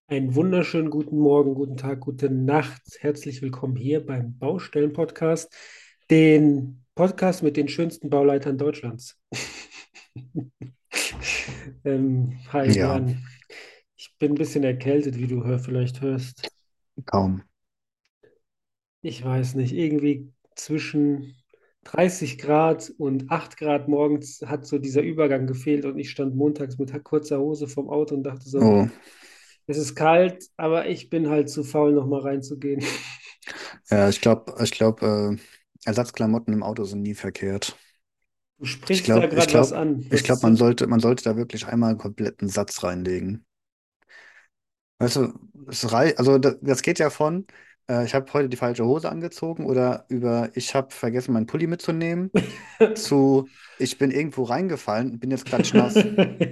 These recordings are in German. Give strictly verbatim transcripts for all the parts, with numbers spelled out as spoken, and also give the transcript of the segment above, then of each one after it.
Einen wunderschönen guten Morgen, guten Tag, gute Nacht. Herzlich willkommen hier beim Baustellen-Podcast, den Podcast mit den schönsten Bauleitern Deutschlands. Ähm, hi Ja, Jan, ich bin ein bisschen erkältet, wie du hör, vielleicht hörst. kaum. Ich weiß nicht, irgendwie zwischen dreißig Grad und acht Grad morgens hat so dieser Übergang gefehlt und ich stand montags mit kurzer Hose vorm Auto und dachte so, Oh, es ist kalt, aber ich bin halt zu faul, nochmal reinzugehen. ja, ich glaube, ich glaube, äh, Ersatzklamotten im Auto sind nie verkehrt. Du Ich sprichst da glaube, ich gerade was glaube, an. ich Was ist glaube, man so? sollte, man sollte da wirklich einmal einen kompletten Satz reinlegen. Weißt du, es rei also das, das geht ja von, äh, ich habe heute die falsche Hose angezogen oder über, ich habe vergessen, meinen Pulli mitzunehmen, zu, ich bin irgendwo reingefallen und bin jetzt klatschnass.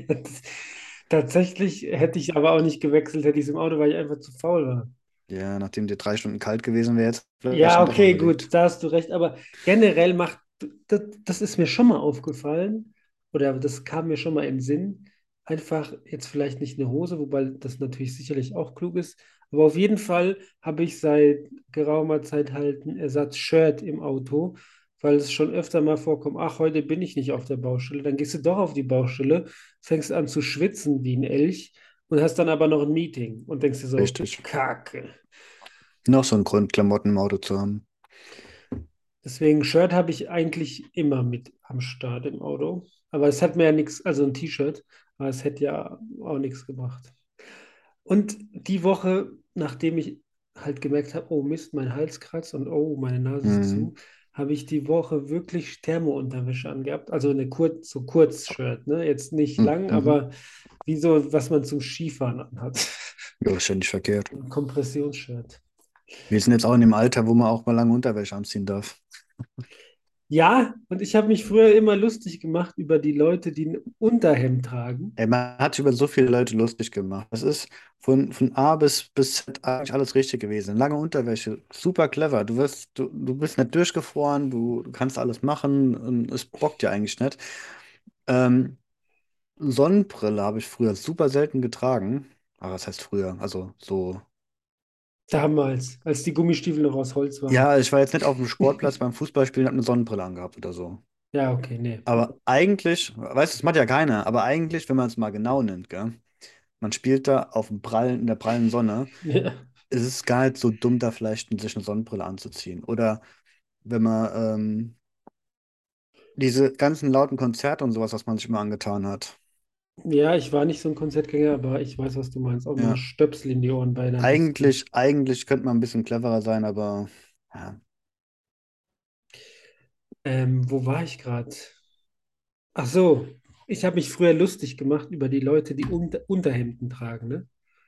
Tatsächlich hätte ich aber auch nicht gewechselt, hätte ich es im Auto, weil ich einfach zu faul war. Ja, nachdem dir drei Stunden kalt gewesen wäre, jetzt vielleicht Ja, dann doch mal okay, gut, überlegt. da hast du recht. Aber generell macht, das, das ist mir schon mal aufgefallen, oder das kam mir schon mal in den Sinn. Einfach jetzt vielleicht nicht eine Hose, wobei das natürlich sicherlich auch klug ist. Aber auf jeden Fall habe ich seit geraumer Zeit halt ein Ersatz-Shirt im Auto, weil es schon öfter mal vorkommt, ach, heute bin ich nicht auf der Baustelle. Dann gehst du doch auf die Baustelle, fängst an zu schwitzen wie ein Elch und hast dann aber noch ein Meeting und denkst dir so, Richtig. Kacke. Noch so ein Grund, Klamotten im Auto zu haben. Deswegen Shirt habe ich eigentlich immer mit am Start im Auto. Aber es hat mir ja nichts, also ein T-Shirt, aber es hätte ja auch nichts gebracht. Und die Woche, nachdem ich halt gemerkt habe, oh Mist, mein Hals kratzt und oh, meine Nase ist zu, Mhm. habe ich die Woche wirklich Thermounterwäsche angehabt. Also eine kurz, so Kurzshirt, ne? Jetzt nicht lang, Mhm. aber wie so, was man zum Skifahren anhat. Ja, ist ja nicht verkehrt. Ein Kompressionsshirt. Wir sind jetzt auch in dem Alter, wo man auch mal lange Unterwäsche anziehen darf. Ja, und ich habe mich früher immer lustig gemacht über die Leute, die ein Unterhemd tragen. Ey, man hat sich über so viele Leute lustig gemacht. Das ist von, von A bis, bis Z eigentlich alles richtig gewesen. Lange Unterwäsche, super clever. Du wirst, du, du bist nicht durchgefroren, du, du kannst alles machen und es bockt ja eigentlich nicht. Ähm, Sonnenbrille habe ich früher super selten getragen. Aber was heißt früher? Also so. Damals, als die Gummistiefel noch aus Holz waren. Ja, ich war jetzt nicht auf dem Sportplatz beim Fußballspielen und habe eine Sonnenbrille angehabt oder so. Ja, okay, nee. Aber eigentlich, weißt du, das macht ja keiner, aber eigentlich, wenn man es mal genau nimmt, gell, man spielt da auf dem prallen, in der prallen Sonne, Ja, ist es gar nicht so dumm, da vielleicht sich eine Sonnenbrille anzuziehen. Oder wenn man ähm, diese ganzen lauten Konzerte und sowas, was man sich immer angetan hat. ja, ich war nicht so ein Konzertgänger, aber ich weiß, was du meinst. Auch mal Ja, Stöpsel in die Ohren bei einer Disco. eigentlich, eigentlich könnte man ein bisschen cleverer sein, aber ja. Ähm, wo war ich gerade? Ach so, ich habe mich früher lustig gemacht über die Leute, die Unter Unterhemden tragen, ne?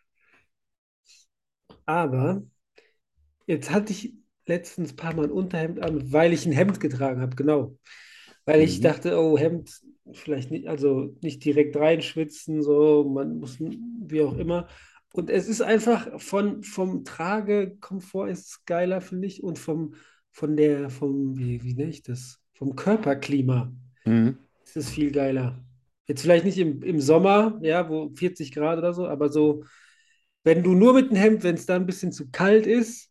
Aber jetzt hatte ich letztens ein paar Mal ein Unterhemd an, weil ich ein Hemd getragen habe, genau. Weil ich Mhm. dachte, oh, Hemd, vielleicht nicht, also nicht direkt reinschwitzen, so, man muss, wie auch immer. Und es ist einfach von, vom Tragekomfort ist es geiler, finde ich, und vom, von der, vom, wie, wie nenne ich das? Vom Körperklima Mhm. ist es viel geiler. Jetzt vielleicht nicht im, im Sommer, ja, wo vierzig Grad oder so, aber so, wenn du nur mit dem Hemd, wenn es da ein bisschen zu kalt ist,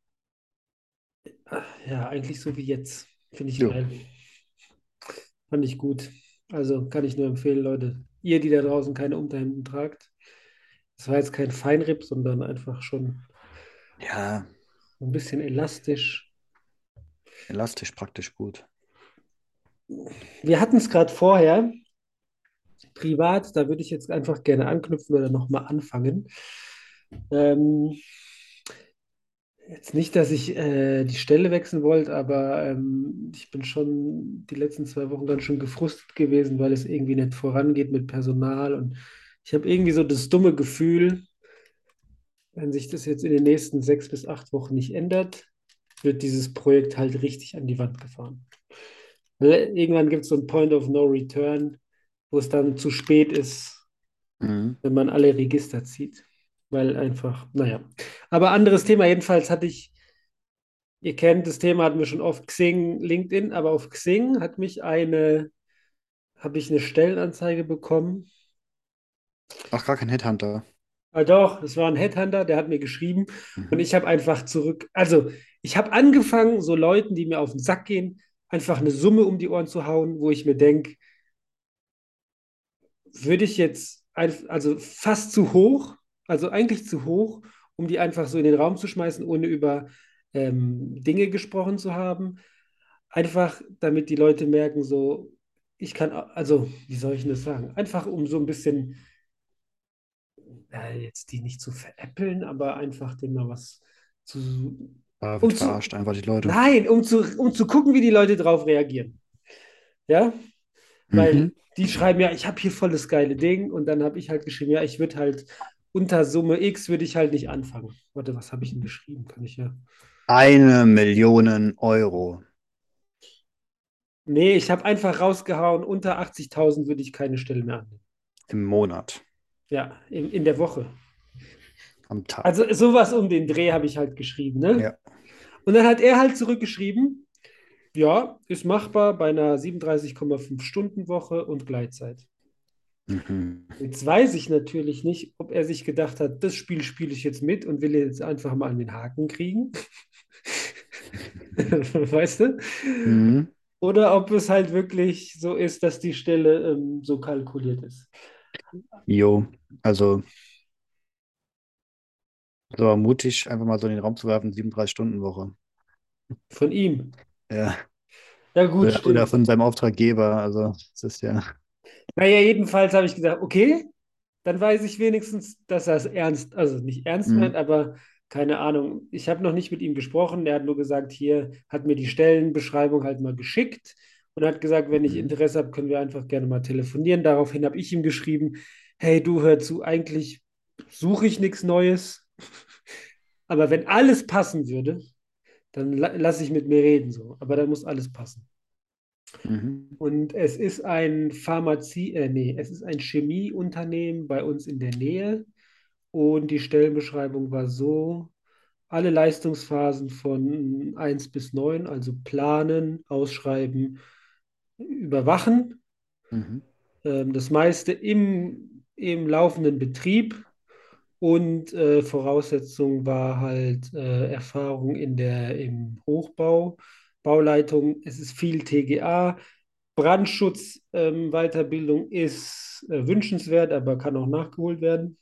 ah, ja, eigentlich so wie jetzt. Finde ich Jo. geil. Fand ich gut. Also kann ich nur empfehlen, Leute. Ihr, die da draußen keine Unterhemden tragt. Das war jetzt kein Feinripp, sondern einfach schon Ja, ein bisschen elastisch. elastisch praktisch gut. Wir hatten es gerade vorher, privat, da würde ich jetzt einfach gerne anknüpfen oder nochmal anfangen. Ähm, Jetzt nicht, dass ich äh, die Stelle wechseln wollte, aber ähm, ich bin schon die letzten zwei Wochen ganz schön gefrustet gewesen, weil es irgendwie nicht vorangeht mit Personal. Und ich habe irgendwie so das dumme Gefühl, wenn sich das jetzt in den nächsten sechs bis acht Wochen nicht ändert, wird dieses Projekt halt richtig an die Wand gefahren. Weil irgendwann gibt es so einen Point of No Return, wo es dann zu spät ist, Mhm. wenn man alle Register zieht. Weil einfach, naja. Aber anderes Thema, jedenfalls hatte ich. Ihr kennt das Thema, hatten wir schon oft Xing, LinkedIn, aber auf Xing hat mich eine, habe ich eine Stellenanzeige bekommen. Ach, gar kein Headhunter. Ah, doch, es war ein Headhunter, der hat mir geschrieben und Mhm. ich habe einfach zurück, also ich habe angefangen, so Leuten, die mir auf den Sack gehen, einfach eine Summe um die Ohren zu hauen, wo ich mir denke, würde ich jetzt, ein, also fast zu hoch, also eigentlich zu hoch, um die einfach so in den Raum zu schmeißen, ohne über ähm, Dinge gesprochen zu haben. Einfach, damit die Leute merken, so, ich kann, also, wie soll ich denn das sagen? Einfach, um so ein bisschen, äh, jetzt die nicht zu veräppeln, aber einfach denen mal was zu, Da um wird zu, verarscht einfach die Leute. nein, um zu, um zu gucken, wie die Leute drauf reagieren. Ja, Mhm. weil die schreiben ja, ich habe hier voll das geile Ding und dann habe ich halt geschrieben, ja, ich würde halt unter Summe X würde ich halt nicht anfangen. Warte, was habe ich denn geschrieben? Kann ich ja. Eine Million Euro Nee, ich habe einfach rausgehauen, unter achtzigtausend würde ich keine Stelle mehr annehmen. im Monat, Ja, in, in der Woche. am Tag. Also sowas um den Dreh habe ich halt geschrieben, ne? Ja. Und dann hat er halt zurückgeschrieben, ja, ist machbar bei einer siebenunddreißig Komma fünf Stunden Woche und Gleitzeit. Mhm. Jetzt weiß ich natürlich nicht, ob er sich gedacht hat, das Spiel spiele ich jetzt mit und will jetzt einfach mal an den Haken kriegen. Weißt du? Mhm. Oder ob es halt wirklich so ist, dass die Stelle ähm, so kalkuliert ist. Jo, also so mutig, einfach mal so in den Raum zu werfen, siebenunddreißig Stunden Woche. Von ihm. Ja. Ja, gut, Oder, oder stimmt. von seinem Auftraggeber. Also, das ist ja. Naja, jedenfalls habe ich gesagt, okay, dann weiß ich wenigstens, dass er es ernst, also nicht ernst meint, Mhm. aber keine Ahnung. Ich habe noch nicht mit ihm gesprochen. Er hat nur gesagt, hier hat mir die Stellenbeschreibung halt mal geschickt und hat gesagt, wenn ich Mhm. Interesse habe, können wir einfach gerne mal telefonieren. Daraufhin habe ich ihm geschrieben, hey, du hör zu, eigentlich suche ich nichts Neues, aber wenn alles passen würde, dann la lasse ich mit mir reden so. Aber dann muss alles passen. Mhm. Und es ist ein Pharmazie, äh, nee, es ist ein Chemieunternehmen bei uns in der Nähe. Und die Stellenbeschreibung war so: alle Leistungsphasen von eins bis neun, also planen, ausschreiben, überwachen. Mhm. Ähm, das meiste im, im laufenden Betrieb. Und äh, Voraussetzung war halt äh, Erfahrung in der, im Hochbau, Bauleitung. Es ist viel T G A. Brandschutz, ähm, Weiterbildung ist äh, wünschenswert, aber kann auch nachgeholt werden.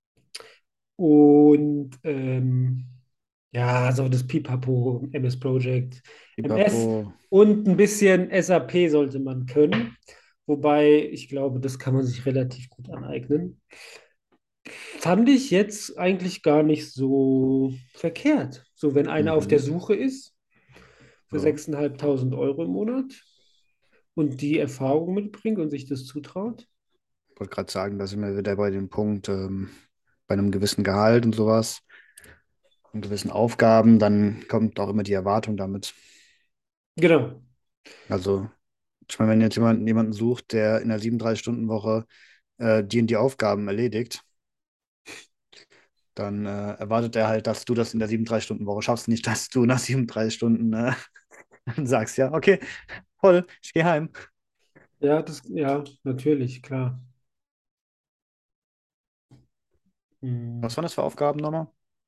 Und ähm, ja, so das Pipapo, M S Project, M S Pipapo. und ein bisschen S A P sollte man können. Wobei ich glaube, das kann man sich relativ gut aneignen. Fand ich jetzt eigentlich gar nicht so verkehrt. So, wenn einer auf der Mhm. Suche ist für Ja. sechstausendfünfhundert Euro im Monat und die Erfahrung mitbringt und sich das zutraut. Ich wollte gerade sagen, da sind wir wieder bei dem Punkt, ähm, bei einem gewissen Gehalt und sowas, und gewissen Aufgaben, dann kommt auch immer die Erwartung damit. Genau. Also, ich meine, wenn jetzt jemand, jemanden sucht, der in einer siebenunddreißig-Stunden-Woche äh, die und die Aufgaben erledigt, dann äh, erwartet er halt, dass du das in der siebenunddreißig-Stunden-Woche schaffst, nicht, dass du nach siebenunddreißig Stunden äh, sagst, ja, okay, voll, ich gehe heim. Ja, das, ja, natürlich, klar. Hm. Was waren das für Aufgaben nochmal?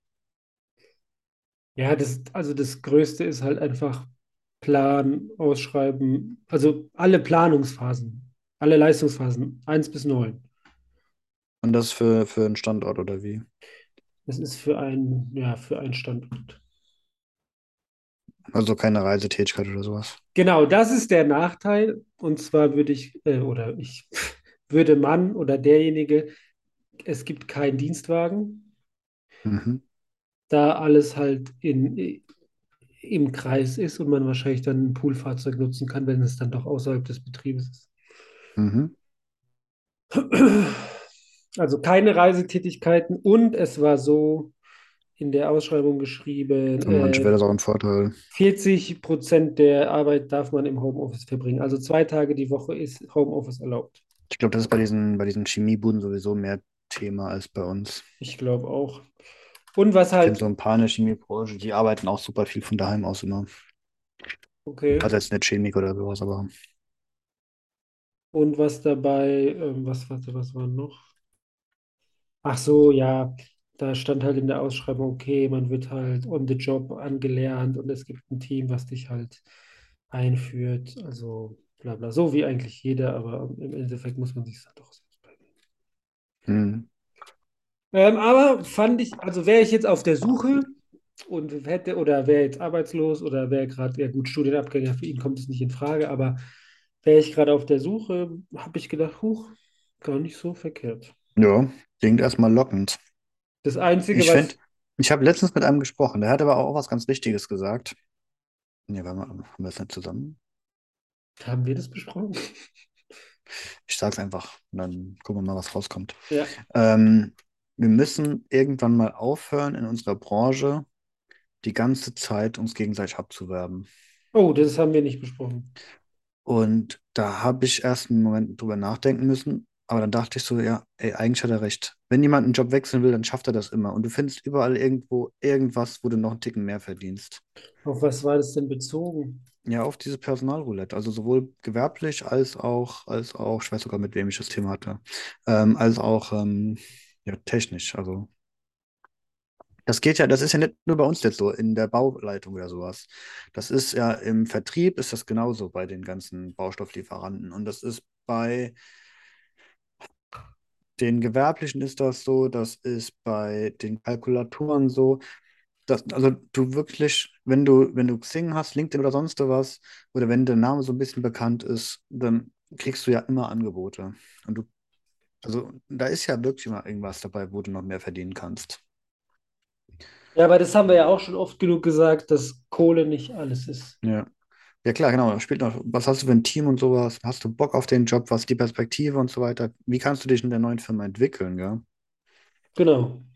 Ja, das, also das Größte ist halt einfach Plan, Ausschreiben, also alle Planungsphasen, alle Leistungsphasen, eins bis neun. Und das für, für einen Standort oder wie? Das ist für ein, ja, für einen Standort. Also keine Reisetätigkeit oder sowas. Genau, das ist der Nachteil. Und zwar würde ich, äh, oder ich, würde man oder derjenige, es gibt keinen Dienstwagen, Mhm. da alles halt in, im Kreis ist und man wahrscheinlich dann ein Poolfahrzeug nutzen kann, wenn es dann doch außerhalb des Betriebes ist. Mhm. Also keine Reisetätigkeiten und es war so in der Ausschreibung geschrieben, Für manche wäre äh, das auch ein Vorteil. vierzig Prozent der Arbeit darf man im Homeoffice verbringen. Also zwei Tage die Woche ist Homeoffice erlaubt. Ich glaube, das ist bei diesen, bei diesen Chemiebuden sowieso mehr Thema als bei uns. Ich glaube auch. Und was Ich kenne halt, so ein paar in der Chemiebranche, die arbeiten auch super viel von daheim aus immer. okay, Also jetzt nicht Chemik oder sowas, aber und was dabei, ähm, was, was, was war noch? Ach so, ja, da stand halt in der Ausschreibung, okay, man wird halt on the job angelernt und es gibt ein Team, was dich halt einführt. Also bla bla, so wie eigentlich jeder, aber im Endeffekt muss man sich dann doch selbst beibringen. Hm. Ähm, aber fand ich, also wäre ich jetzt auf der Suche und hätte oder wäre jetzt arbeitslos oder wäre gerade, ja gut, Studienabgänger, für ihn kommt es nicht in Frage, aber wäre ich gerade auf der Suche, habe ich gedacht, huch, gar nicht so verkehrt. Ja, klingt erstmal lockend. Das Einzige, Ich finde, was ich habe letztens mit einem gesprochen, der hat aber auch was ganz Wichtiges gesagt. Nee, warte mal, haben wir das nicht zusammen? haben wir das besprochen? Ich sage es einfach und dann gucken wir mal, was rauskommt. Ja. Ähm, Wir müssen irgendwann mal aufhören, in unserer Branche die ganze Zeit uns gegenseitig abzuwerben. Oh, das haben wir nicht besprochen. Und da habe ich erst einen Moment drüber nachdenken müssen, aber dann dachte ich so, ja, ey, eigentlich hat er recht. Wenn jemand einen Job wechseln will, dann schafft er das immer. Und du findest überall irgendwo irgendwas, wo du noch einen Ticken mehr verdienst. Auf was war das denn bezogen? Ja, auf diese Personalroulette, also sowohl gewerblich als auch, als auch, ich weiß sogar, mit wem ich das Thema hatte, ähm, als auch ähm, ja, technisch. Also das geht ja, das ist ja nicht nur bei uns jetzt so in der Bauleitung oder sowas. Das ist ja im Vertrieb ist das genauso bei den ganzen Baustofflieferanten. Und das ist bei den Gewerblichen ist das so, das ist bei den Kalkulatoren so. Das, also du wirklich, wenn du, wenn du Xing hast, LinkedIn oder sonst was, oder wenn der Name so ein bisschen bekannt ist, dann kriegst du ja immer Angebote. Und du, also da ist ja wirklich immer irgendwas dabei, wo du noch mehr verdienen kannst. Ja, aber das haben wir ja auch schon oft genug gesagt, dass Kohle nicht alles ist. Ja. Ja klar, genau. Da spielt noch, was hast du für ein Team und sowas? Hast du Bock auf den Job? Was ist die Perspektive und so weiter? Wie kannst du dich in der neuen Firma entwickeln, ja? Genau.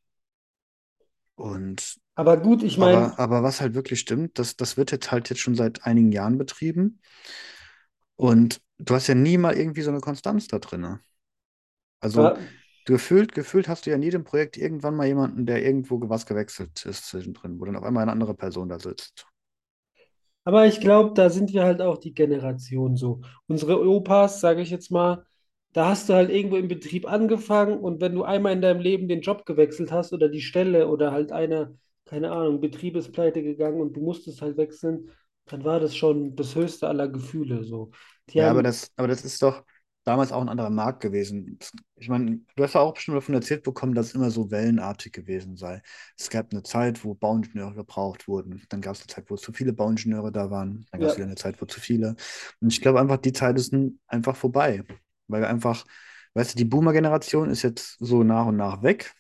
Und Aber gut, ich meine, aber, aber was halt wirklich stimmt, das, das wird jetzt halt jetzt schon seit einigen Jahren betrieben. Und du hast ja nie mal irgendwie so eine Konstanz da drin. Also gefühlt, gefühlt hast du ja in jedem Projekt irgendwann mal jemanden, der irgendwo was gewechselt ist zwischendrin, wo dann auf einmal eine andere Person da sitzt. aber ich glaube, da sind wir halt auch die Generation so. Unsere Opas, sage ich jetzt mal, da hast du halt irgendwo im Betrieb angefangen und wenn du einmal in deinem Leben den Job gewechselt hast oder die Stelle oder halt einer, keine Ahnung, Betrieb ist pleite gegangen und du musstest halt wechseln, dann war das schon das höchste aller Gefühle so. Die Ja, aber haben, das, aber das ist doch damals auch ein anderer Markt gewesen. Ich meine, du hast ja auch bestimmt davon erzählt bekommen, dass es immer so wellenartig gewesen sei. Es gab eine Zeit, wo Bauingenieure gebraucht wurden. Dann gab es eine Zeit, wo zu viele Bauingenieure da waren. Dann gab es ja. wieder eine Zeit, wo zu viele. Und ich glaube einfach, die Zeit ist n- einfach vorbei. Weil wir einfach, weißt du, die Boomer-Generation ist jetzt so nach und nach weg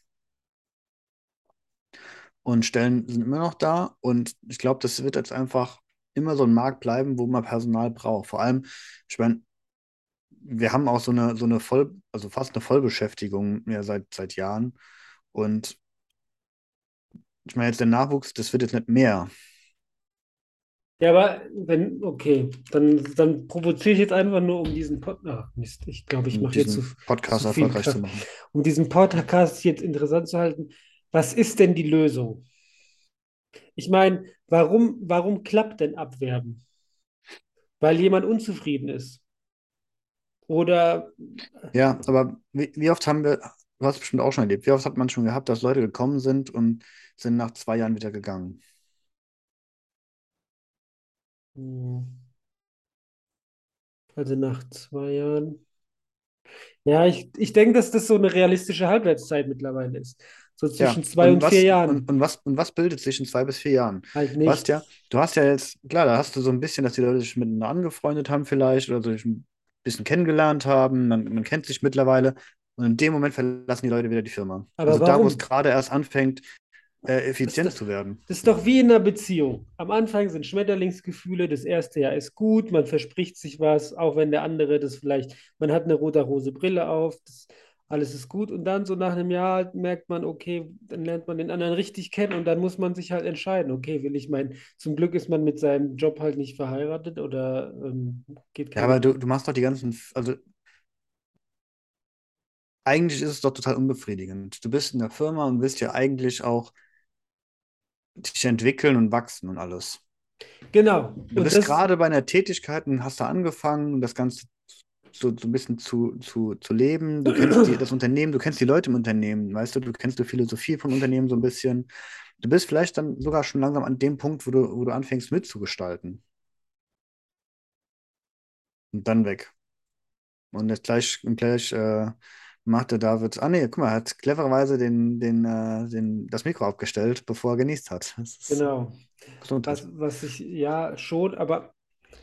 und Stellen sind immer noch da. Und ich glaube, das wird jetzt einfach immer so ein Markt bleiben, wo man Personal braucht. Vor allem, ich meine, wir haben auch so eine, so eine Voll, also fast eine Vollbeschäftigung ja, seit, seit Jahren. Und ich meine, jetzt der Nachwuchs, das wird jetzt nicht mehr, Ja, aber wenn, okay, dann, dann provoziere ich jetzt einfach nur um diesen Pod. Ach, Mist, ich glaube, ich um mache hier zu, diesen zu Podcast viel erfolgreich zu Kraft. machen. Um diesen Podcast jetzt interessant zu halten, was ist denn die Lösung? Ich meine, warum, warum klappt denn Abwerben? Weil jemand unzufrieden ist. Oder, Ja, aber wie, wie oft haben wir, du hast es bestimmt auch schon erlebt, wie oft hat man schon gehabt, dass Leute gekommen sind und sind nach zwei Jahren wieder gegangen? hm, also nach zwei Jahren. Ja, ich, ich denke, dass das so eine realistische Halbwertszeit mittlerweile ist. So Ja, zwischen zwei und und vier was, und, Jahren. und was, und was bildet sich in zwei bis vier Jahren? Halt Du hast ja, nichts. du hast ja jetzt, klar, da hast du so ein bisschen, dass die Leute sich miteinander angefreundet haben vielleicht oder sich ein bisschen kennengelernt haben, man, man kennt sich mittlerweile und in dem Moment verlassen die Leute wieder die Firma. Aber Also da, wo es warum? gerade erst anfängt, äh, Das, effizient das, zu werden. das ist doch wie in einer Beziehung. Am Anfang sind Schmetterlingsgefühle, das erste Jahr ist gut, man verspricht sich was, auch wenn der andere das vielleicht, man hat eine rote-rose Brille auf, das, alles ist gut. Und dann so nach einem Jahr merkt man, okay, dann lernt man den anderen richtig kennen und dann muss man sich halt entscheiden, okay, will ich meinen, zum Glück ist man mit seinem Job halt nicht verheiratet oder ähm, geht Ja, keine. aber du, du machst doch die ganzen, also eigentlich ist es doch total unbefriedigend. Du bist in der Firma und willst ja eigentlich auch dich entwickeln und wachsen und alles. Genau. Du Und bist das, gerade bei einer Tätigkeit und hast da angefangen und das Ganze. so, so ein bisschen zu, zu, zu leben. Du kennst die, das Unternehmen, du kennst die Leute im Unternehmen, weißt du, du kennst die Philosophie von Unternehmen so ein bisschen. Du bist vielleicht dann sogar schon langsam an dem Punkt, wo du, wo du anfängst mitzugestalten. Und dann weg. Und jetzt gleich, und gleich äh, macht der David, ah nee, guck mal, er hat clevererweise den, den, äh, den, das Mikro abgestellt, bevor er genießt hat. Das ist Genau. Gesundheit. Was, was ich, ja, schon, aber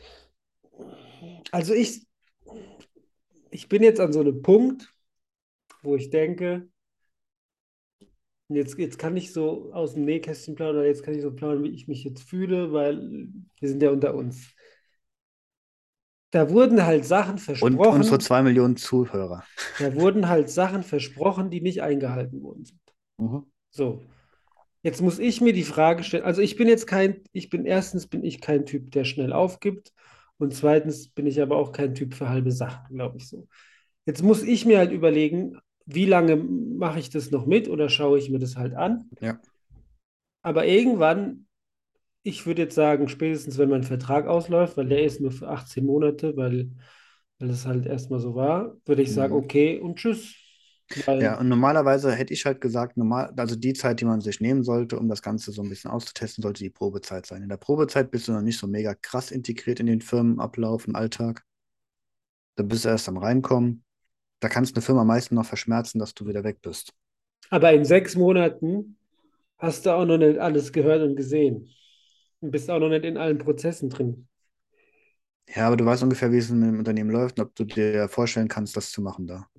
also ich, ich bin jetzt an so einem Punkt, wo ich denke, jetzt, jetzt kann ich so aus dem Nähkästchen plaudern, oder jetzt kann ich so plaudern, wie ich mich jetzt fühle, weil wir sind ja unter uns. Da wurden halt Sachen Und unsere versprochen, zwei Millionen Zuhörer. da wurden halt Sachen versprochen, die nicht eingehalten worden sind. Mhm. So, jetzt muss ich mir die Frage stellen, also ich bin jetzt kein, ich bin erstens bin ich kein Typ, der schnell aufgibt und zweitens bin ich aber auch kein Typ für halbe Sachen, glaube ich so. Jetzt muss ich mir halt überlegen, wie lange mache ich das noch mit oder schaue ich mir das halt an? Ja. Aber irgendwann, ich würde jetzt sagen, spätestens wenn mein Vertrag ausläuft, weil der ist nur für achtzehn Monate, weil, weil es halt erstmal so war, würde ich sagen, Mhm. okay und tschüss. Ja, Weil, und normalerweise hätte ich halt gesagt, normal, also die Zeit, die man sich nehmen sollte, um das Ganze so ein bisschen auszutesten, sollte die Probezeit sein. In der Probezeit bist du noch nicht so mega krass integriert in den Firmenablauf und Alltag. Da bist du erst am Reinkommen. Da kannst eine Firma am meisten noch verschmerzen, dass du wieder weg bist. aber in sechs Monaten hast du auch noch nicht alles gehört und gesehen und bist auch noch nicht in allen Prozessen drin. Ja, aber du weißt ungefähr, wie es in einem Unternehmen läuft und ob du dir vorstellen kannst, das zu machen da.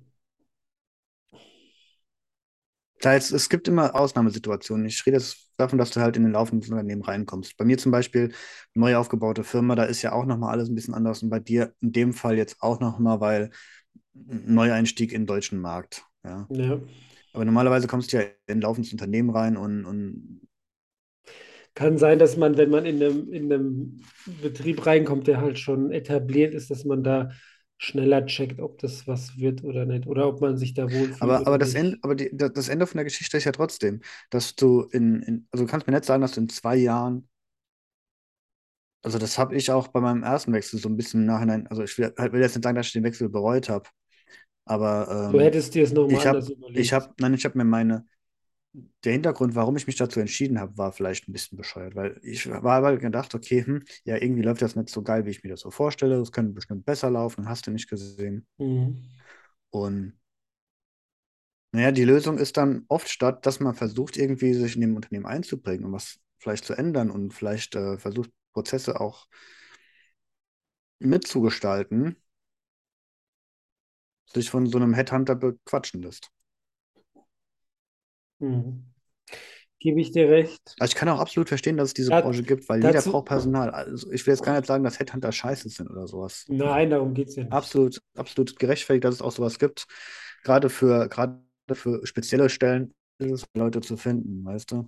Klar, jetzt, es gibt immer Ausnahmesituationen. Ich rede jetzt davon, dass du halt in den laufenden Unternehmen reinkommst. Bei mir zum Beispiel, neu aufgebaute Firma, da ist ja auch nochmal alles ein bisschen anders und bei dir in dem Fall jetzt auch nochmal, weil Neueinstieg in den deutschen Markt. Ja. Ja. Aber normalerweise kommst du ja in ein laufendes Unternehmen rein und, und Kann sein, dass man, wenn man in einem, in einem Betrieb reinkommt, der halt schon etabliert ist, dass man da schneller checkt, ob das was wird oder nicht. Oder ob man sich da wohlfühlt aber, oder aber das Ende, nicht. aber die, das Ende von der Geschichte ist ja trotzdem, dass du in, in, also du kannst mir nicht sagen, dass du in zwei Jahren, also das habe ich auch bei meinem ersten Wechsel so ein bisschen im Nachhinein, also ich will, halt, will jetzt nicht sagen, dass ich den Wechsel bereut habe, aber Du ähm, hättest dir es nochmal ich anders habe, ich überlegt. habe, nein, ich habe mir meine, der Hintergrund, warum ich mich dazu entschieden habe, war vielleicht ein bisschen bescheuert, weil ich war aber gedacht, okay, hm, ja, irgendwie läuft das nicht so geil, wie ich mir das so vorstelle, das könnte bestimmt besser laufen, hast du nicht gesehen. Mhm. Und naja, die Lösung ist dann oft statt, dass man versucht, irgendwie sich in dem Unternehmen einzubringen und was vielleicht zu ändern und vielleicht äh, versucht, Prozesse auch mitzugestalten, sich von so einem Headhunter bequatschen lässt. Mhm. Gebe ich dir recht. Also ich kann auch absolut verstehen, dass es diese Da, Branche gibt, weil jeder dazu, braucht Personal. Also ich will jetzt gar nicht sagen, dass Headhunter scheiße sind oder sowas. nein, darum geht es ja nicht. Absolut, absolut gerechtfertigt, dass es auch sowas gibt. Gerade für, gerade für spezielle Stellen ist es Leute zu finden, weißt du?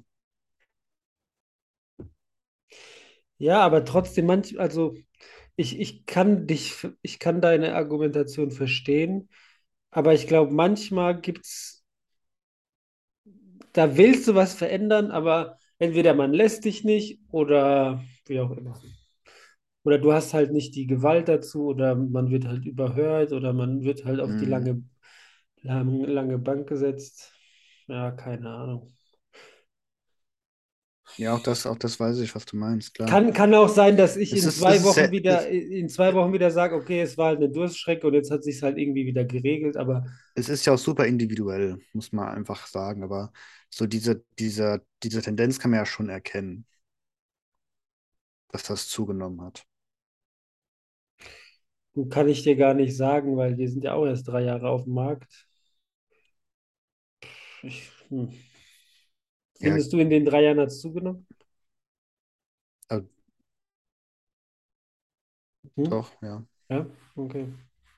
Ja, aber trotzdem, manch, also ich, ich kann dich, ich kann deine Argumentation verstehen, aber ich glaube, manchmal gibt es, da willst du was verändern, aber entweder man lässt dich nicht oder wie auch immer. Oder du hast halt nicht die Gewalt dazu oder man wird halt überhört oder man wird halt auf die Mhm. lange, lange, lange Bank gesetzt. Ja, keine Ahnung. Ja, auch das, auch das weiß ich, was du meinst, klar. Kann, kann auch sein, dass ich Es in ist, es zwei ist Wochen sehr, wieder, es, in zwei Wochen wieder sage, okay, es war halt eine Durststrecke und jetzt hat sich halt irgendwie wieder geregelt, aber es ist ja auch super individuell, muss man einfach sagen. Aber so diese, diese, diese Tendenz kann man ja schon erkennen, dass das zugenommen hat. kann ich dir gar nicht sagen, weil wir sind ja auch erst drei Jahre auf dem Markt. Ich, hm. Ja, Findest du, in den drei Jahren hat es zugenommen? äh, Hm? doch, ja. Ja, okay.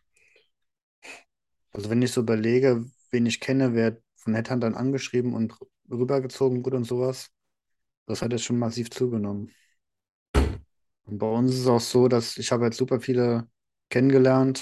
Also wenn ich so überlege, wen ich kenne, wer von Headhuntern angeschrieben und rübergezogen wurde und sowas, das hat jetzt schon massiv zugenommen. Und bei uns ist es auch so, dass ich habe jetzt super viele kennengelernt,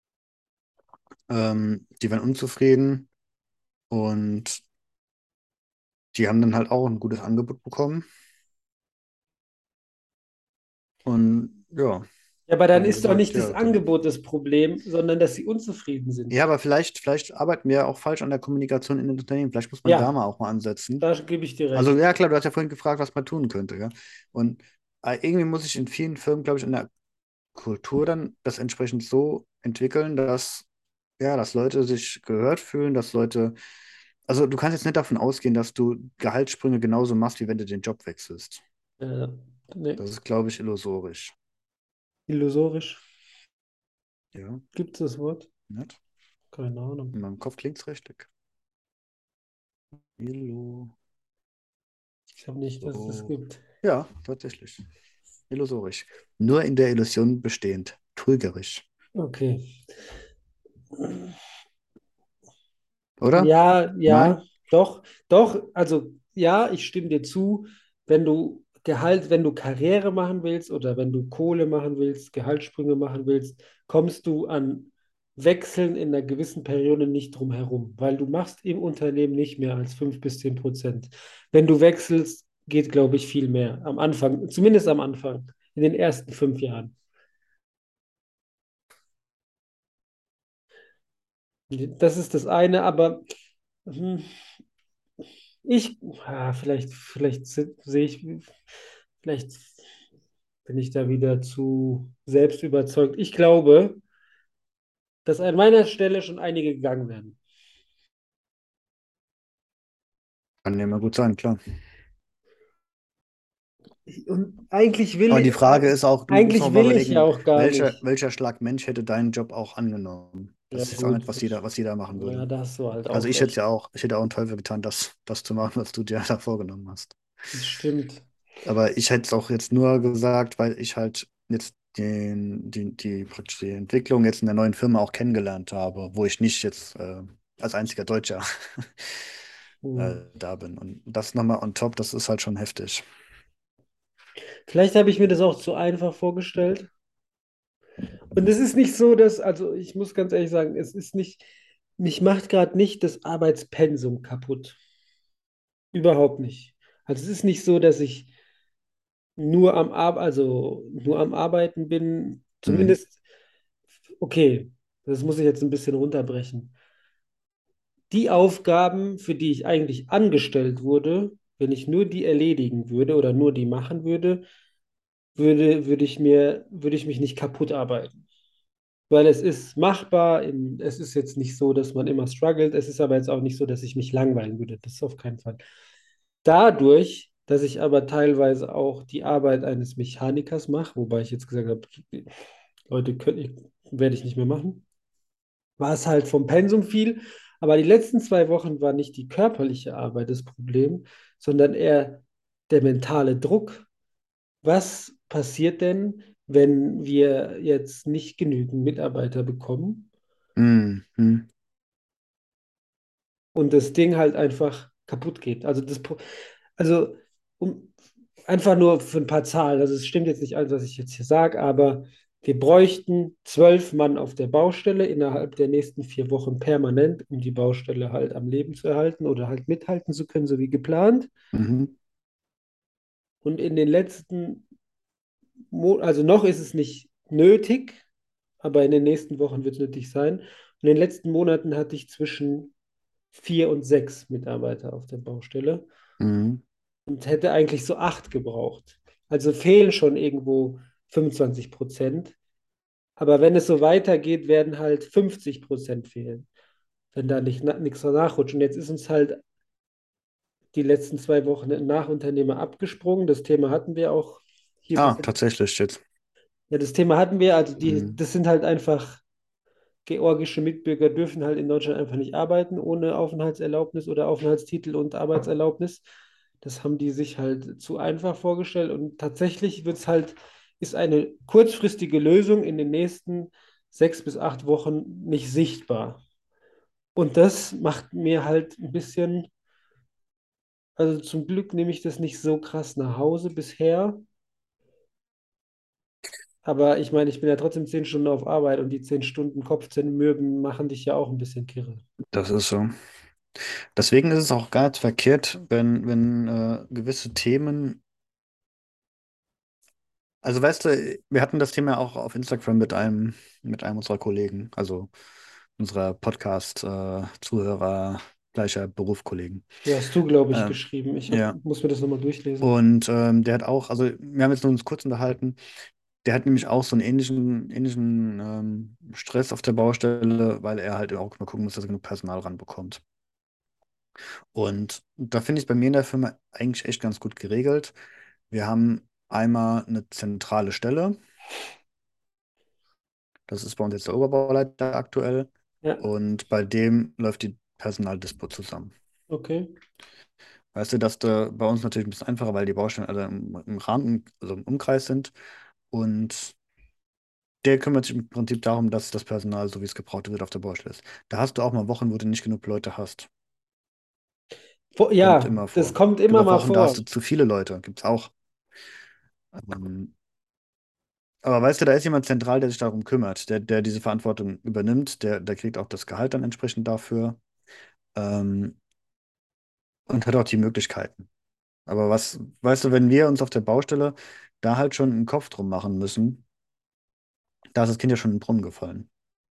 ähm, die waren unzufrieden und die haben dann halt auch ein gutes Angebot bekommen. Und ja, Ja, aber dann Haben ist doch gesagt, nicht das ja, dann. Angebot das Problem, sondern dass sie unzufrieden Ja, sind. aber vielleicht, vielleicht arbeiten wir ja auch falsch an der Kommunikation in den Unternehmen. Vielleicht muss man da Ja, mal auch mal ansetzen. da gebe ich dir Also, recht. ja, klar, du hast ja vorhin gefragt, was man tun könnte, ja. Und äh, irgendwie muss ich in vielen Firmen, glaube ich, an der Kultur dann das entsprechend so entwickeln, dass, ja, dass Leute sich gehört fühlen, dass Leute, also du kannst jetzt nicht davon ausgehen, dass du Gehaltssprünge genauso machst, wie wenn du den Job wechselst. Äh, ne, Das ist, glaube ich, illusorisch. illusorisch. Ja, Gibt es das Wort? nicht? Keine Ahnung. In meinem Kopf klingt es richtig. Illu. Ich habe nicht, dass es das So. gibt. Ja, tatsächlich. Illusorisch. Nur in der Illusion bestehend. Trügerisch. Okay. Oder? Ja, ja, Nein? doch, doch. Also ja, ich stimme dir zu. Wenn du Gehalt, wenn du Karriere machen willst oder wenn du Kohle machen willst, Gehaltssprünge machen willst, kommst du an Wechseln in einer gewissen Periode nicht drum herum, weil du machst im Unternehmen nicht mehr als fünf bis zehn Prozent. Wenn du wechselst, geht, glaube ich, viel mehr. Am Anfang, zumindest am Anfang, in den ersten fünf Jahren. Das ist das eine, aber hm, ich, ah, vielleicht, vielleicht se- sehe ich, vielleicht bin ich da wieder zu selbst überzeugt. Ich glaube, dass an meiner Stelle schon einige gegangen werden. Kann ja mal gut sein, klar. Und eigentlich will, Aber die Frage äh, ist auch, du musst auch eigentlich mal will ich ja überlegen, auch gar welcher, nicht. welcher Schlag Mensch hätte deinen Job auch angenommen? Ja, Das ist auch gut. nicht, was jeder, was jeder machen Ja, würde. da hast du halt Also auch ich hätte recht. ja auch, ich hätte auch einen Teufel getan, das, das zu machen, was du dir da vorgenommen hast. Das stimmt. Aber ich hätte es auch jetzt nur gesagt, weil ich halt jetzt den, die, die, praktisch die Entwicklung jetzt in der neuen Firma auch kennengelernt habe, wo ich nicht jetzt äh, als einziger Deutscher Hm. äh, da bin. Und das nochmal on top, das ist halt schon heftig. Vielleicht habe ich mir das auch zu einfach vorgestellt. Und es ist nicht so, dass, also ich muss ganz ehrlich sagen, es ist nicht, mich macht gerade nicht das Arbeitspensum kaputt. Überhaupt nicht. Also es ist nicht so, dass ich nur am Ar also nur am Arbeiten bin. Mhm. Zumindest, okay, das muss ich jetzt ein bisschen runterbrechen. Die Aufgaben, für die ich eigentlich angestellt wurde, wenn ich nur die erledigen würde oder nur die machen würde, würde, würde ich mir, würde ich mich nicht kaputt arbeiten. Weil es ist machbar, im- es ist jetzt nicht so, dass man immer struggelt, es ist aber jetzt auch nicht so, dass ich mich langweilen würde. Das ist auf keinen Fall. Dadurch, dass ich aber teilweise auch die Arbeit eines Mechanikers mache, wobei ich jetzt gesagt habe, Leute, könnt, ich, werde ich nicht mehr machen, war es halt vom Pensum viel. Aber die letzten zwei Wochen war nicht die körperliche Arbeit das Problem, sondern eher der mentale Druck. Was passiert denn, wenn wir jetzt nicht genügend Mitarbeiter bekommen Mhm. und das Ding halt einfach kaputt geht? Also das, Pro- also um, einfach nur für ein paar Zahlen. Also es stimmt jetzt nicht alles, was ich jetzt hier sage, aber wir bräuchten zwölf Mann auf der Baustelle innerhalb der nächsten vier Wochen permanent, um die Baustelle halt am Leben zu erhalten oder halt mithalten zu können, so wie geplant. Mhm. Und in den letzten, Mo also noch ist es nicht nötig, aber in den nächsten Wochen wird es nötig sein. Und in den letzten Monaten hatte ich zwischen vier und sechs Mitarbeiter auf der Baustelle Mhm. und hätte eigentlich so acht gebraucht. Also fehlen schon irgendwo fünfundzwanzig Prozent. Aber wenn es so weitergeht, werden halt fünfzig Prozent fehlen, wenn da nicht na, nichts nachrutscht. Und jetzt ist uns halt die letzten zwei Wochen ein Nachunternehmer abgesprungen. Das Thema hatten wir auch hier Ah, bis jetzt. tatsächlich jetzt. Ja, das Thema hatten wir. Also die, Mhm. das sind halt einfach georgische Mitbürger dürfen halt in Deutschland einfach nicht arbeiten ohne Aufenthaltserlaubnis oder Aufenthaltstitel und Arbeitserlaubnis. Das haben die sich halt zu einfach vorgestellt und tatsächlich wird es halt, ist eine kurzfristige Lösung in den nächsten sechs bis acht Wochen nicht sichtbar. Und das macht mir halt ein bisschen, also zum Glück nehme ich das nicht so krass nach Hause bisher. Aber ich meine, ich bin ja trotzdem zehn Stunden auf Arbeit und die zehn Stunden Kopfzähne machen dich ja auch ein bisschen kirre. Das ist so. Deswegen ist es auch gar nicht verkehrt, wenn, wenn äh, gewisse Themen Also weißt du, wir hatten das Thema auch auf Instagram mit einem, mit einem unserer Kollegen, also unserer Podcast-Zuhörer, gleicher Berufskollegen. Ja, hast du, glaube ich, Ähm, geschrieben. Ich hab, ja, muss mir das nochmal durchlesen. und ähm, der hat auch, also wir haben jetzt nur uns kurz unterhalten, der hat nämlich auch so einen ähnlichen, ähnlichen ähm, Stress auf der Baustelle, weil er halt auch mal gucken muss, dass er genug Personal ranbekommt. Und da finde ich es bei mir in der Firma eigentlich echt ganz gut geregelt. Wir haben einmal eine zentrale Stelle. Das ist bei uns jetzt der Oberbauleiter aktuell. Ja, Und bei dem läuft die Personaldispo zusammen. okay. Weißt du, dass da bei uns natürlich ein bisschen einfacher, weil die Baustellen alle im, im Rahmen, also im Umkreis sind. Und der kümmert sich im Prinzip darum, dass das Personal, so wie es gebraucht wird, auf der Baustelle ist. Da hast du auch mal Wochen, wo du nicht genug Leute hast. Vor, Kommt ja, immer das vor. kommt Gibt immer auch mal Wochen, da vor. hast du zu viele Leute. Gibt es auch. Ähm, aber weißt du, da ist jemand zentral, der sich darum kümmert, der, der diese Verantwortung übernimmt, der, der kriegt auch das Gehalt dann entsprechend dafür, ähm, und hat auch die Möglichkeiten. Aber was, weißt du, wenn wir uns auf der Baustelle da halt schon einen Kopf drum machen müssen, da ist das Kind ja schon in den Brunnen gefallen.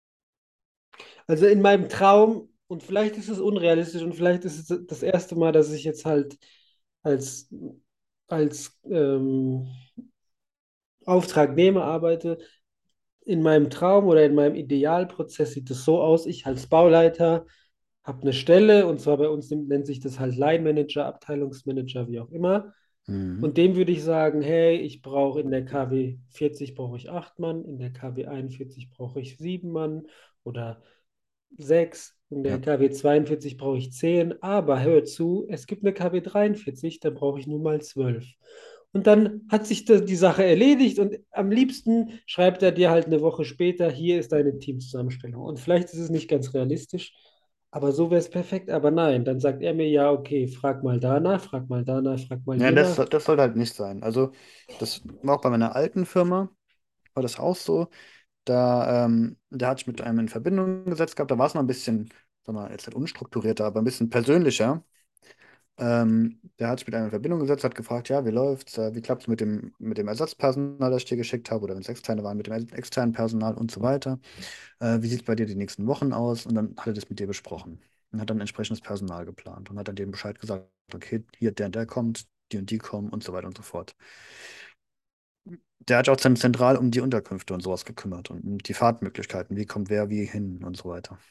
Also in meinem Traum, und vielleicht ist es unrealistisch und vielleicht ist es das erste Mal, dass ich jetzt halt als, als ähm, Auftragnehmer arbeite. In meinem Traum oder in meinem Idealprozess sieht es so aus, ich als Bauleiter habe eine Stelle, und zwar bei uns nennt sich das halt Line Manager, Abteilungsmanager, wie auch immer. Mhm. Und dem würde ich sagen, hey, ich brauche in der K W vierzig brauche ich acht Mann, in der K W einundvierzig brauche ich sieben Mann oder sechs, in der Ja. K W zweiundvierzig brauche ich zehn, aber hör zu, es gibt eine K W dreiundvierzig, da brauche ich nur mal zwölf. Und dann hat sich da die Sache erledigt und am liebsten schreibt er dir halt eine Woche später, hier ist deine Teamzusammenstellung. Und vielleicht ist es nicht ganz realistisch, aber so wäre es perfekt. Aber nein, dann sagt er mir, ja, okay, frag mal danach, frag mal danach, frag mal Ja, hier das, nach. das sollte halt nicht sein. Also, das war auch bei meiner alten Firma, war das auch so. Da, ähm, da hatte ich mit einem in Verbindung gesetzt gehabt, da war es noch ein bisschen, sag mal, jetzt nicht unstrukturierter, aber ein bisschen persönlicher. Ähm, der hat sich mit einem in Verbindung gesetzt, hat gefragt, ja, wie läuft's, äh, wie klappt's mit dem, mit dem Ersatzpersonal, das ich dir geschickt habe, oder wenn es externe waren, mit dem ex- externen Personal und so weiter. Äh, wie sieht es bei dir die nächsten Wochen aus? Und dann hat er das mit dir besprochen und hat dann entsprechendes Personal geplant und hat dann dem Bescheid gesagt, okay, hier der, der kommt, die und die kommen und so weiter und so fort. Der hat sich auch dann zentral um die Unterkünfte und sowas gekümmert und um die Fahrtmöglichkeiten, wie kommt wer wie hin und so weiter.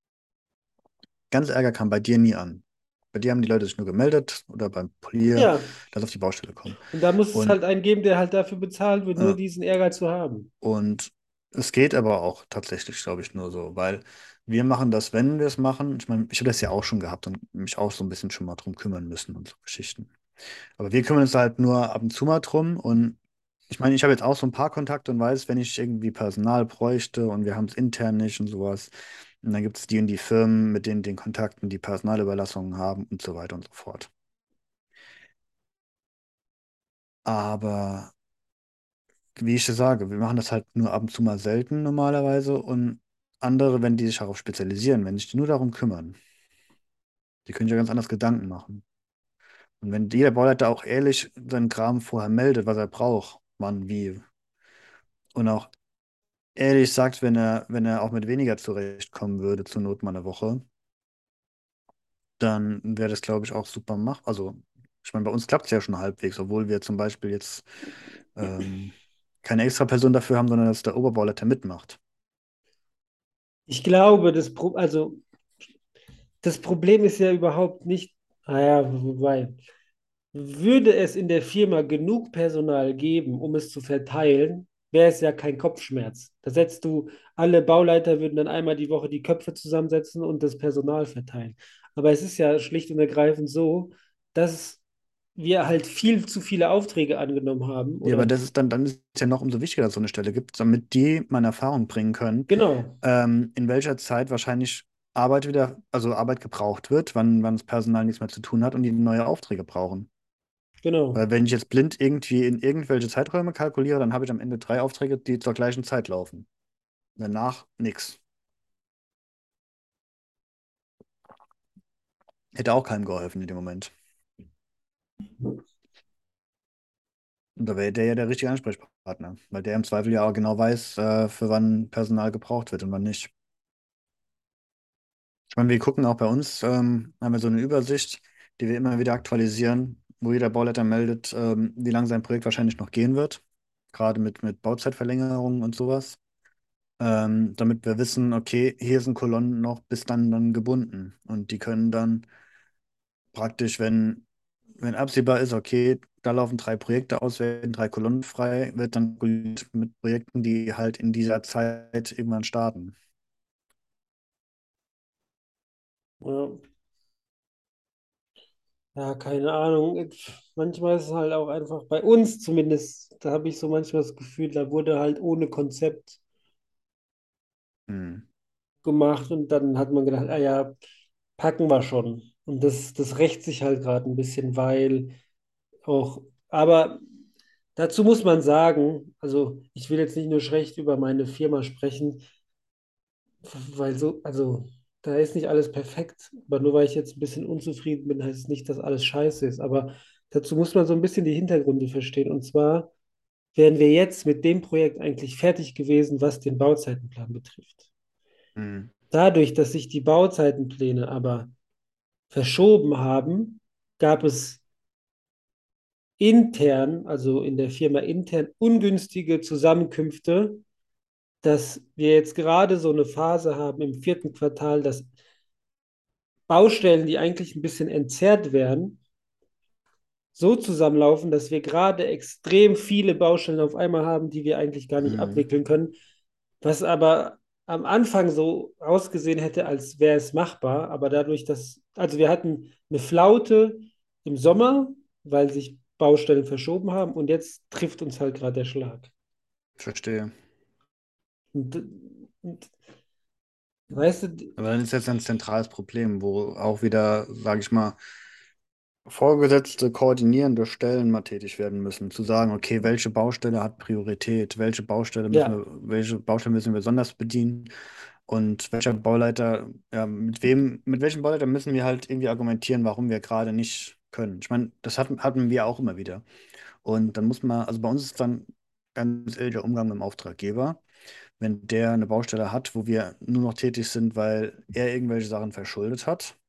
Ganz Ärger kam bei dir nie an. Bei dir haben die Leute sich nur gemeldet oder beim Polier, Ja, dass sie auf die Baustelle kommen. und da muss es Und, halt einen geben, der halt dafür bezahlt wird, nur äh, diesen Ärger zu haben. und es geht aber auch tatsächlich, glaube ich, nur so, weil wir machen das, wenn wir es machen. Ich meine, ich habe das ja auch schon gehabt und mich auch so ein bisschen schon mal drum kümmern müssen und so Geschichten. Aber wir kümmern uns halt nur ab und zu mal drum. Und ich meine, ich habe jetzt auch so ein paar Kontakte und weiß, wenn ich irgendwie Personal bräuchte und wir haben es intern nicht und sowas. Und dann gibt es die und die Firmen, mit denen den Kontakten, die Personalüberlassungen haben und so weiter und so fort. Aber wie ich dir sage, wir machen das halt nur ab und zu mal selten normalerweise und andere, wenn die sich darauf spezialisieren, wenn sich die nur darum kümmern, die können sich ja ganz anders Gedanken machen. Und wenn jeder Bauleiter auch ehrlich seinen Kram vorher meldet, was er braucht, wann, wie, und auch ehrlich sagt, wenn er, wenn er auch mit weniger zurechtkommen würde, zur Not mal eine Woche, dann wäre das, glaube ich, auch super machbar. Also, ich meine, bei uns klappt es ja schon halbwegs, obwohl wir zum Beispiel jetzt ähm, keine extra Person dafür haben, sondern dass der Oberbauleiter mitmacht. Ich glaube, das, Pro also, das Problem ist ja überhaupt nicht, naja, wobei, würde es in der Firma genug Personal geben, um es zu verteilen, wäre es ja kein Kopfschmerz. Da setzt du, alle Bauleiter würden dann einmal die Woche die Köpfe zusammensetzen und das Personal verteilen. Aber es ist ja schlicht und ergreifend so, dass wir halt viel zu viele Aufträge angenommen haben Ja, oder aber das ist dann, dann ist es ja noch umso wichtiger, dass es so eine Stelle gibt, damit die meine Erfahrung bringen können, genau, ähm, in welcher Zeit wahrscheinlich Arbeit wieder, also Arbeit gebraucht wird, wann, wann das Personal nichts mehr zu tun hat und die neue Aufträge brauchen. genau. Weil wenn ich jetzt blind irgendwie in irgendwelche Zeiträume kalkuliere, dann habe ich am Ende drei Aufträge, die zur gleichen Zeit laufen. Danach nix. Hätte auch keinem geholfen in dem Moment. Und da wäre der ja der richtige Ansprechpartner. Partner, weil der im Zweifel ja auch genau weiß, äh, für wann Personal gebraucht wird und wann nicht. Ich meine, wir gucken auch bei uns, ähm, haben wir so eine Übersicht, die wir immer wieder aktualisieren, wo jeder Bauleiter meldet, ähm, wie lange sein Projekt wahrscheinlich noch gehen wird, gerade mit, mit Bauzeitverlängerungen und sowas, ähm, damit wir wissen, okay, hier sind Kolonnen noch bis dann dann gebunden und die können dann praktisch, wenn, wenn absehbar ist, okay, da laufen drei Projekte aus, werden drei Kolonnen frei, wird dann kalkuliert mit Projekten, die halt in dieser Zeit irgendwann starten. Ja, ja, keine Ahnung. Manchmal ist es halt auch einfach bei uns zumindest, da habe ich so manchmal das Gefühl, da wurde halt ohne Konzept Hm. gemacht und dann hat man gedacht, ah ja, packen wir schon. Und das, das rächt sich halt gerade ein bisschen, weil auch, aber dazu muss man sagen, also ich will jetzt nicht nur schlecht über meine Firma sprechen, weil so, also da ist nicht alles perfekt, aber nur weil ich jetzt ein bisschen unzufrieden bin, heißt es nicht, dass alles scheiße ist. Aber dazu muss man so ein bisschen die Hintergründe verstehen. Und zwar wären wir jetzt mit dem Projekt eigentlich fertig gewesen, was den Bauzeitenplan betrifft. Hm. Dadurch, dass sich die Bauzeitenpläne aber verschoben haben, gab es intern, also in der Firma intern, ungünstige Zusammenkünfte, dass wir jetzt gerade so eine Phase haben im vierten Quartal, dass Baustellen, die eigentlich ein bisschen entzerrt werden, so zusammenlaufen, dass wir gerade extrem viele Baustellen auf einmal haben, die wir eigentlich gar nicht Hm. abwickeln können, was aber am Anfang so ausgesehen hätte, als wäre es machbar, aber dadurch, dass, also wir hatten eine Flaute im Sommer, weil sich Baustellen verschoben haben und jetzt trifft uns halt gerade der Schlag. Ich verstehe. Und, und weißt du, Aber dann ist jetzt ein zentrales Problem, wo auch wieder, sage ich mal, Vorgesetzte koordinierende Stellen mal tätig werden müssen, zu sagen, okay, welche Baustelle hat Priorität, welche Baustelle müssen ja, wir, welche Baustelle müssen wir besonders bedienen und welcher Bauleiter, ja, mit wem, mit welchem Bauleiter müssen wir halt irgendwie argumentieren, warum wir gerade nicht können. Ich meine, das hatten, hatten wir auch immer wieder. Und dann muss man, also bei uns ist dann ganz ehrlich der Umgang mit dem Auftraggeber, wenn der eine Baustelle hat, wo wir nur noch tätig sind, weil er irgendwelche Sachen verschuldet hat,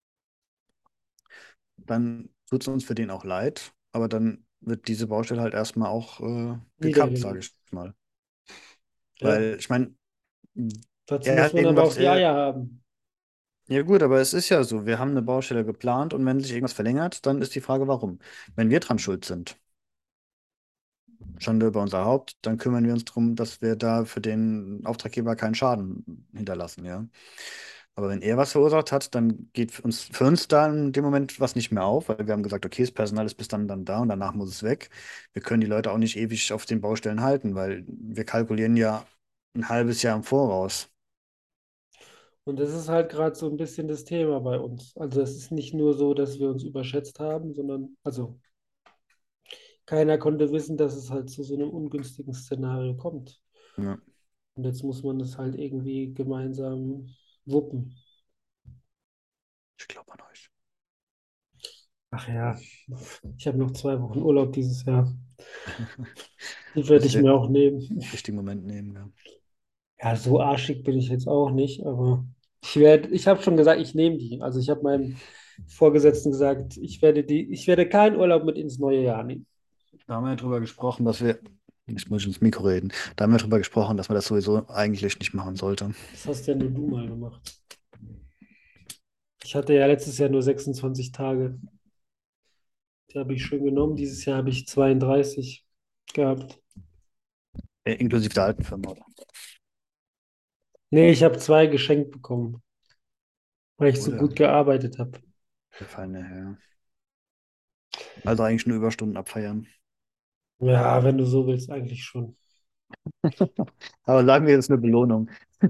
dann tut es uns für den auch leid, aber dann wird diese Baustelle halt erstmal auch äh, gekappt, sage niedergelegt. ich mal. Ja, Weil ich meine, dazu er muss hat man aber auch irgendwas, die er, Eier haben. ja gut, aber es ist ja so, wir haben eine Baustelle geplant und wenn sich irgendwas verlängert, dann ist die Frage, warum. Wenn wir dran schuld sind, Schande über unser Haupt, dann kümmern wir uns darum, dass wir da für den Auftraggeber keinen Schaden hinterlassen, ja. Aber wenn er was verursacht hat, dann geht für uns, für uns da in dem Moment was nicht mehr auf, weil wir haben gesagt, okay, das Personal ist bis dann dann da und danach muss es weg. Wir können die Leute auch nicht ewig auf den Baustellen halten, weil wir kalkulieren ja ein halbes Jahr im Voraus. Und das ist halt gerade so ein bisschen das Thema bei uns. Also es ist nicht nur so, dass wir uns überschätzt haben, sondern, also keiner konnte wissen, dass es halt zu so einem ungünstigen Szenario kommt. Ja, Und jetzt muss man das halt irgendwie gemeinsam wuppen. ich glaube an euch. Ach ja, ich habe noch zwei Wochen Urlaub dieses Jahr. Die werde Muss ich den mir auch nehmen. richtigen Moment nehmen, ja. Ja, so arschig bin ich jetzt auch nicht, aber ich werde, ich habe schon gesagt, ich nehme die. Also ich habe meinem Vorgesetzten gesagt, ich werde die, ich werde keinen Urlaub mit ins neue Jahr nehmen. Da haben wir ja drüber gesprochen, dass wir, ich muss ins Mikro reden, da haben wir drüber gesprochen, dass man das sowieso eigentlich nicht machen sollte. Das hast ja nur du mal gemacht. Ich hatte ja letztes Jahr nur sechsundzwanzig Tage. Die habe ich schön genommen. Dieses Jahr habe ich zweiunddreißig gehabt. Äh, inklusive der alten Firma, oder? Nee, ich habe zwei geschenkt bekommen, weil ich so Oder? gut gearbeitet habe. Der feine Herr. Also eigentlich nur Überstunden abfeiern. Ja, wenn du so willst, eigentlich schon. Aber sagen wir, das ist eine Belohnung.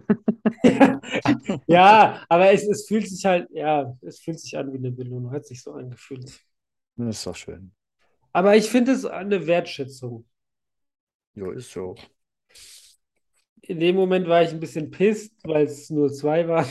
Ja, aber es, es fühlt sich halt, ja, es fühlt sich an wie eine Belohnung, hat sich so angefühlt. Das ist doch schön. Aber ich finde es eine Wertschätzung. Jo, ist so. In dem Moment war ich ein bisschen pisst, weil es nur zwei waren.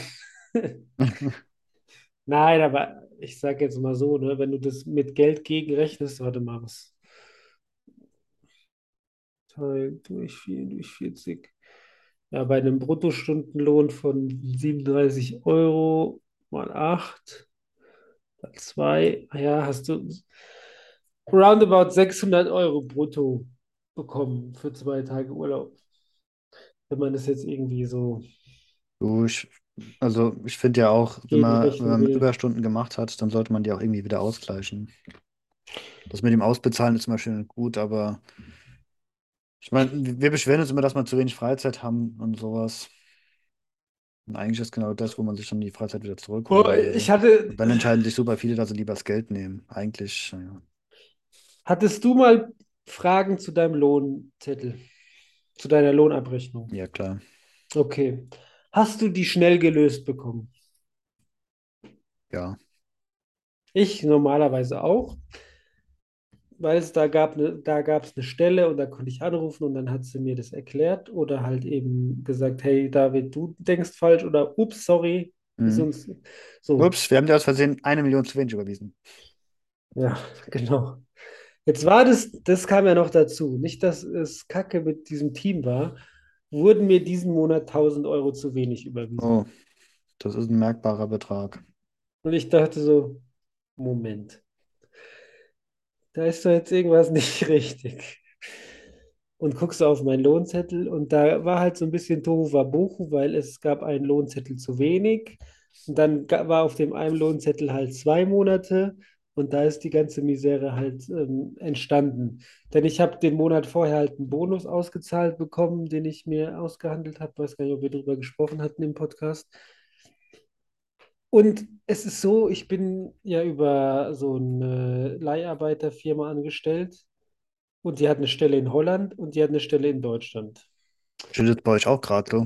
Nein, aber ich sage jetzt mal so, ne, wenn du das mit Geld gegenrechnest, warte mal, was, teilt durch vier, durch vierzig. Ja, bei einem Bruttostundenlohn von siebenunddreißig Euro mal acht mal zwei, ja, hast du roundabout sechshundert Euro brutto bekommen für zwei Tage Urlaub. Wenn man das jetzt irgendwie so Du, ich, also ich finde ja auch, wenn man, wenn gegenrechnen man will. Überstunden gemacht hat, dann sollte man die auch irgendwie wieder ausgleichen. Das mit dem Ausbezahlen ist immer schön und gut, aber ich meine, wir beschweren uns immer, dass wir zu wenig Freizeit haben und sowas. Und eigentlich ist genau das, wo man sich dann die Freizeit wieder Oh, zurückholen ich würde. hatte, Und dann entscheiden sich super viele, dass sie lieber das Geld nehmen. Eigentlich, naja. hattest du mal Fragen zu deinem Lohnzettel, zu deiner Lohnabrechnung? Ja, klar. Okay. Hast du die schnell gelöst bekommen? Ja. Ich normalerweise auch, weil es da gab ne, da gab es eine Stelle und da konnte ich anrufen und dann hat sie mir das erklärt oder halt eben gesagt, hey David, du denkst falsch oder ups, sorry, ist Mhm. uns so. Ups, wir haben dir aus Versehen eine Million zu wenig überwiesen. Ja, genau. Jetzt war das, das kam ja noch dazu. Nicht, dass es Kacke mit diesem Team war, wurden mir diesen Monat tausend Euro zu wenig überwiesen. Oh, das ist ein merkbarer Betrag. Und ich dachte so, Moment, da ist doch jetzt irgendwas nicht richtig. Und guckst du auf meinen Lohnzettel und da war halt so ein bisschen Tohu Wabohu, weil es gab einen Lohnzettel zu wenig. Und dann ga- war auf dem einen Lohnzettel halt zwei Monate und da ist die ganze Misere halt ähm, entstanden. Denn ich habe den Monat vorher halt einen Bonus ausgezahlt bekommen, den ich mir ausgehandelt habe. Weiß gar nicht, ob wir darüber gesprochen hatten im Podcast. Und es ist so, ich bin ja über so eine Leiharbeiterfirma angestellt und die hat eine Stelle in Holland und die hat eine Stelle in Deutschland. Steht das bei euch auch gerade so?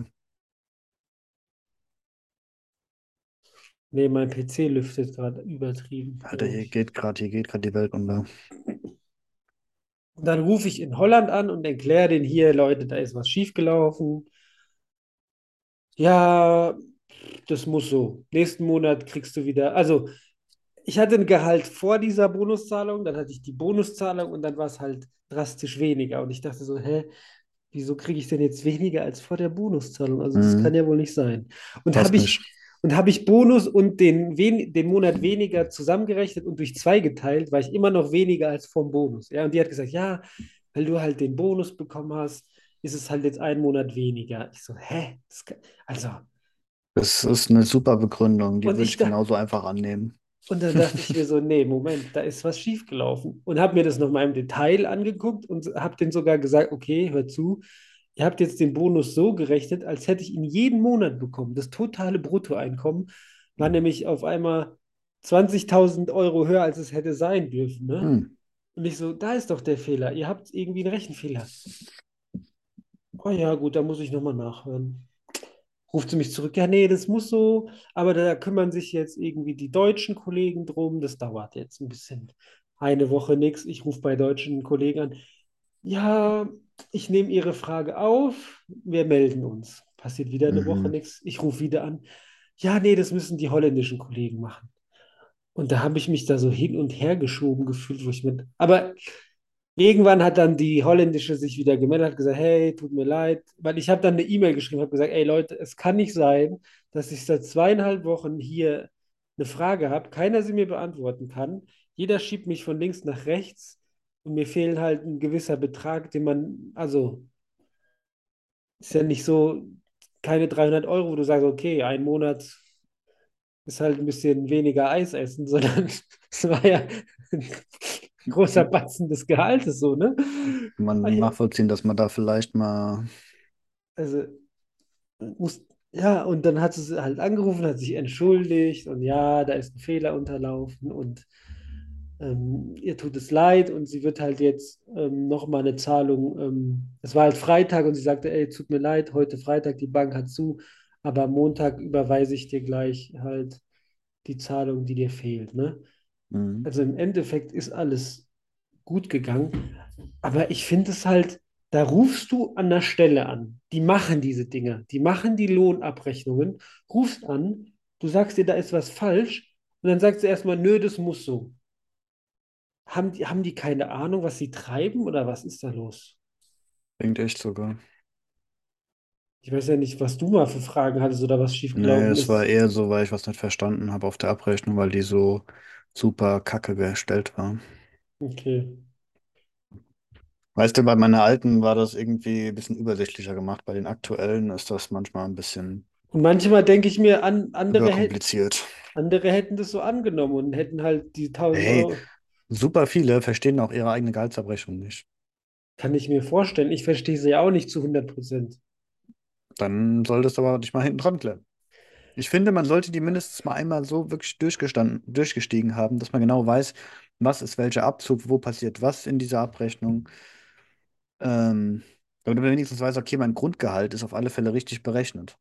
Nee, mein P C lüftet gerade übertrieben, Alter, glaube hier ich. geht gerade, hier geht gerade die Welt unter. Und dann rufe ich in Holland an und erkläre denen hier, Leute, da ist was schiefgelaufen. Ja, das muss so. Nächsten Monat kriegst du wieder. Also, ich hatte ein Gehalt vor dieser Bonuszahlung, dann hatte ich die Bonuszahlung und dann war es halt drastisch weniger. Und ich dachte so, hä, wieso kriege ich denn jetzt weniger als vor der Bonuszahlung? Also das kann Mhm. ja wohl nicht sein. Und habe Passt ich, nicht. und habe ich Bonus und den, wen, den Monat weniger zusammengerechnet und durch zwei geteilt, war ich immer noch weniger als vom Bonus. Ja, und die hat gesagt, ja, weil du halt den Bonus bekommen hast, ist es halt jetzt einen Monat weniger. Ich so, hä? Das kann, also, Das ist eine super Begründung, die und würde ich ich dachte, genauso einfach annehmen. und dann dachte ich mir so, nee, Moment, da ist was schiefgelaufen. Und habe mir das nochmal im Detail angeguckt und habe denen sogar gesagt, okay, hör zu, ihr habt jetzt den Bonus so gerechnet, als hätte ich ihn jeden Monat bekommen. Das totale Bruttoeinkommen war nämlich auf einmal zwanzigtausend Euro höher, als es hätte sein dürfen. Ne? Hm. Und ich so, da ist doch der Fehler. Ihr habt irgendwie einen Rechenfehler. Oh ja, gut, da muss ich nochmal nachhören. Ruft sie mich zurück, ja, nee, das muss so, aber da kümmern sich jetzt irgendwie die deutschen Kollegen drum. Das dauert jetzt ein bisschen. Eine Woche nichts. Ich rufe bei deutschen Kollegen an. Ja, ich nehme Ihre Frage auf. Wir melden uns. Passiert wieder eine Woche Mhm. nichts. Ich rufe wieder an. Ja, nee, das müssen die holländischen Kollegen machen. Und da habe ich mich da so hin und her geschoben gefühlt, wo ich mit. Aber irgendwann hat dann die holländische sich wieder gemeldet, hat gesagt, hey, tut mir leid, weil ich habe dann eine E-Mail geschrieben, habe gesagt, ey Leute, es kann nicht sein, dass ich seit zweieinhalb Wochen hier eine Frage habe, keiner sie mir beantworten kann. Jeder schiebt mich von links nach rechts und mir fehlen halt ein gewisser Betrag, den man, also ist ja nicht so, keine dreihundert Euro, wo du sagst, okay, ein Monat ist halt ein bisschen weniger Eis essen, sondern es war ja ein großer Batzen des Gehaltes so, ne? Kann man nachvollziehen, dass man da vielleicht mal. Also, muss, ja, und dann hat sie halt angerufen, hat sich entschuldigt und ja, da ist ein Fehler unterlaufen und ähm, ihr tut es leid und sie wird halt jetzt ähm, nochmal eine Zahlung. Ähm, es war halt Freitag und sie sagte, ey, tut mir leid, heute Freitag, die Bank hat zu, aber am Montag überweise ich dir gleich halt die Zahlung, die dir fehlt, ne? Mhm. Also im Endeffekt ist alles gut gegangen. Aber ich finde es halt, da rufst du an der Stelle an. Die machen diese Dinge. Die machen die Lohnabrechnungen. Rufst an, du sagst dir, da ist was falsch. Und dann sagst du erstmal, nö, das muss so. Haben die, haben die keine Ahnung, was sie treiben oder was ist da los? Klingt echt sogar. Ich weiß ja nicht, was du mal für Fragen hattest oder was Nee, schiefgelaufen es war ist. eher so, weil ich was nicht verstanden habe auf der Abrechnung, weil die so super kacke gestellt war. Okay. Weißt du, bei meiner alten war das irgendwie ein bisschen übersichtlicher gemacht. Bei den aktuellen ist das manchmal ein bisschen Und manchmal denke ich mir, an, andere, hätt, überkompliziert. andere hätten das so angenommen und hätten halt die tausend Hey, Euro. super viele verstehen auch ihre eigene Gehaltsabrechnung nicht. Kann ich mir vorstellen. Ich verstehe sie ja auch nicht zu hundert Prozent. Dann solltest du aber dich mal hinten dran klemmen. Ich finde, man sollte die mindestens mal einmal so wirklich durchgestanden, durchgestiegen haben, dass man genau weiß, was ist welcher Abzug, wo passiert was in dieser Abrechnung. Ähm, Damit man wenigstens weiß, okay, mein Grundgehalt ist auf alle Fälle richtig berechnet.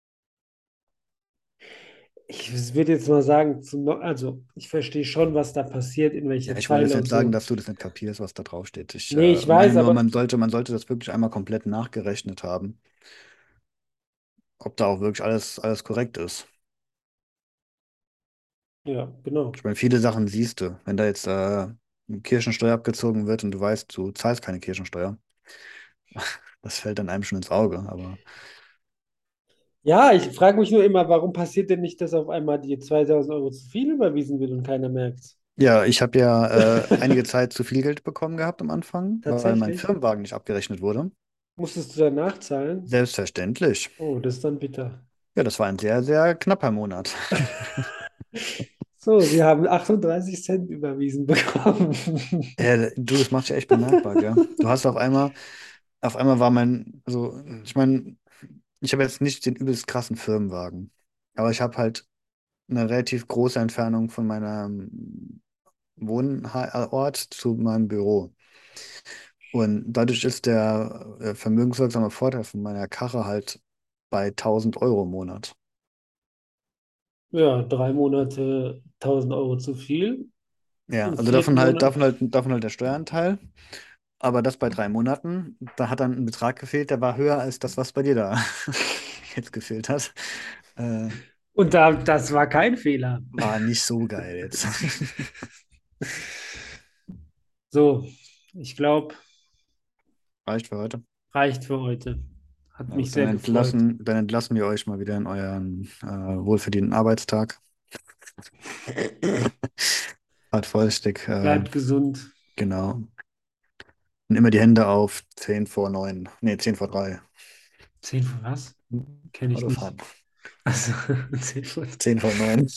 Ich würde jetzt mal sagen, zum, No- also ich verstehe schon, was da passiert, in Ja, welcher ich wollte jetzt Zeile und nicht sagen, so. dass du das nicht kapierst, was da drauf steht. Ich Nee, äh, ich meine weiß, nur, aber man sollte, man sollte das wirklich einmal komplett nachgerechnet haben, ob da auch wirklich alles, alles korrekt ist. ja, genau. Ich meine, viele Sachen siehst du. Wenn da jetzt äh, Kirchensteuer abgezogen wird und du weißt, du zahlst keine Kirchensteuer, das fällt dann einem schon ins Auge. Aber Ja, ich frage mich nur immer, warum passiert denn nicht, dass auf einmal die zweitausend Euro zu viel überwiesen wird und keiner merkt? ja, ich habe ja äh, einige Zeit zu viel Geld bekommen gehabt am Anfang, weil mein Tatsächlich? Firmenwagen nicht abgerechnet wurde. Musstest du danach zahlen? Selbstverständlich. Oh, das ist dann bitter. Ja, das war ein sehr, sehr knapper Monat. So, Sie haben achtunddreißig Cent überwiesen bekommen. Ja, du, das macht sich echt bemerkbar, gell? Du hast auf einmal, auf einmal war mein, also, ich meine, ich habe jetzt nicht den übelst krassen Firmenwagen, aber ich habe halt eine relativ große Entfernung von meinem Wohnort zu meinem Büro. Und dadurch ist der äh, vermögenswirksame Vorteil von meiner Karre halt bei tausend Euro im Monat. Ja, drei Monate tausend Euro zu viel. Ja, Im also vierten davon halt, Monat. davon halt, davon halt der Steueranteil. Aber das bei drei Monaten, da hat dann ein Betrag gefehlt, der war höher als das, was bei dir da jetzt gefehlt hat. Äh, Und da, das war kein Fehler. War nicht so geil jetzt. So, ich glaube, Reicht für heute. reicht für heute. Hat Na mich gut, dann sehr gefreut. entlassen, dann entlassen wir euch mal wieder in euren äh, wohlverdienten Arbeitstag. Hat vollständig, äh, Bleibt gesund. genau. Und immer die Hände auf zehn vor neun. Nee, zehn vor drei. Zehn von was? Kenne ich nicht. Autofahren. Also, zehn von. Zehn vor neun.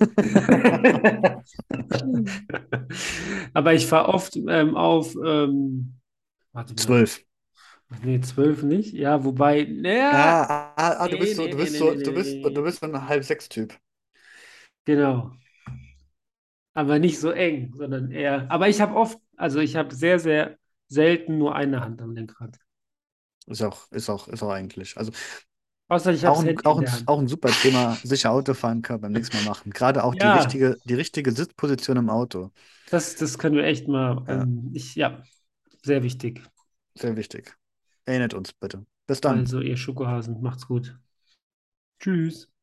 Aber ich fahre oft ähm, auf, ähm, warte mal, Zwölf. nee, zwölf nicht. Ja, wobei, naja, Ah, ah, ah, du nee, bist so, nee, du nee, bist nee, so, nee, du nee, bist, du nee. bist so ein halb sechs Typ. Genau. Aber nicht so eng, sondern eher. Aber ich habe oft, also ich habe sehr, sehr selten nur eine Hand am Lenkrad. Ist auch, ist auch, ist auch eigentlich. Also Außer ich habe auch das ein, Handy auch in ein, der Hand. auch ein super Thema, sicher Autofahren können wir beim nächsten Mal machen. Gerade auch die Ja, richtige, die richtige Sitzposition im Auto. das, das können wir echt mal. Ja, Ähm, ich, ja, sehr wichtig. sehr wichtig. Erinnert uns bitte. Bis dann. Also, ihr Schokohasen, macht's gut. Tschüss.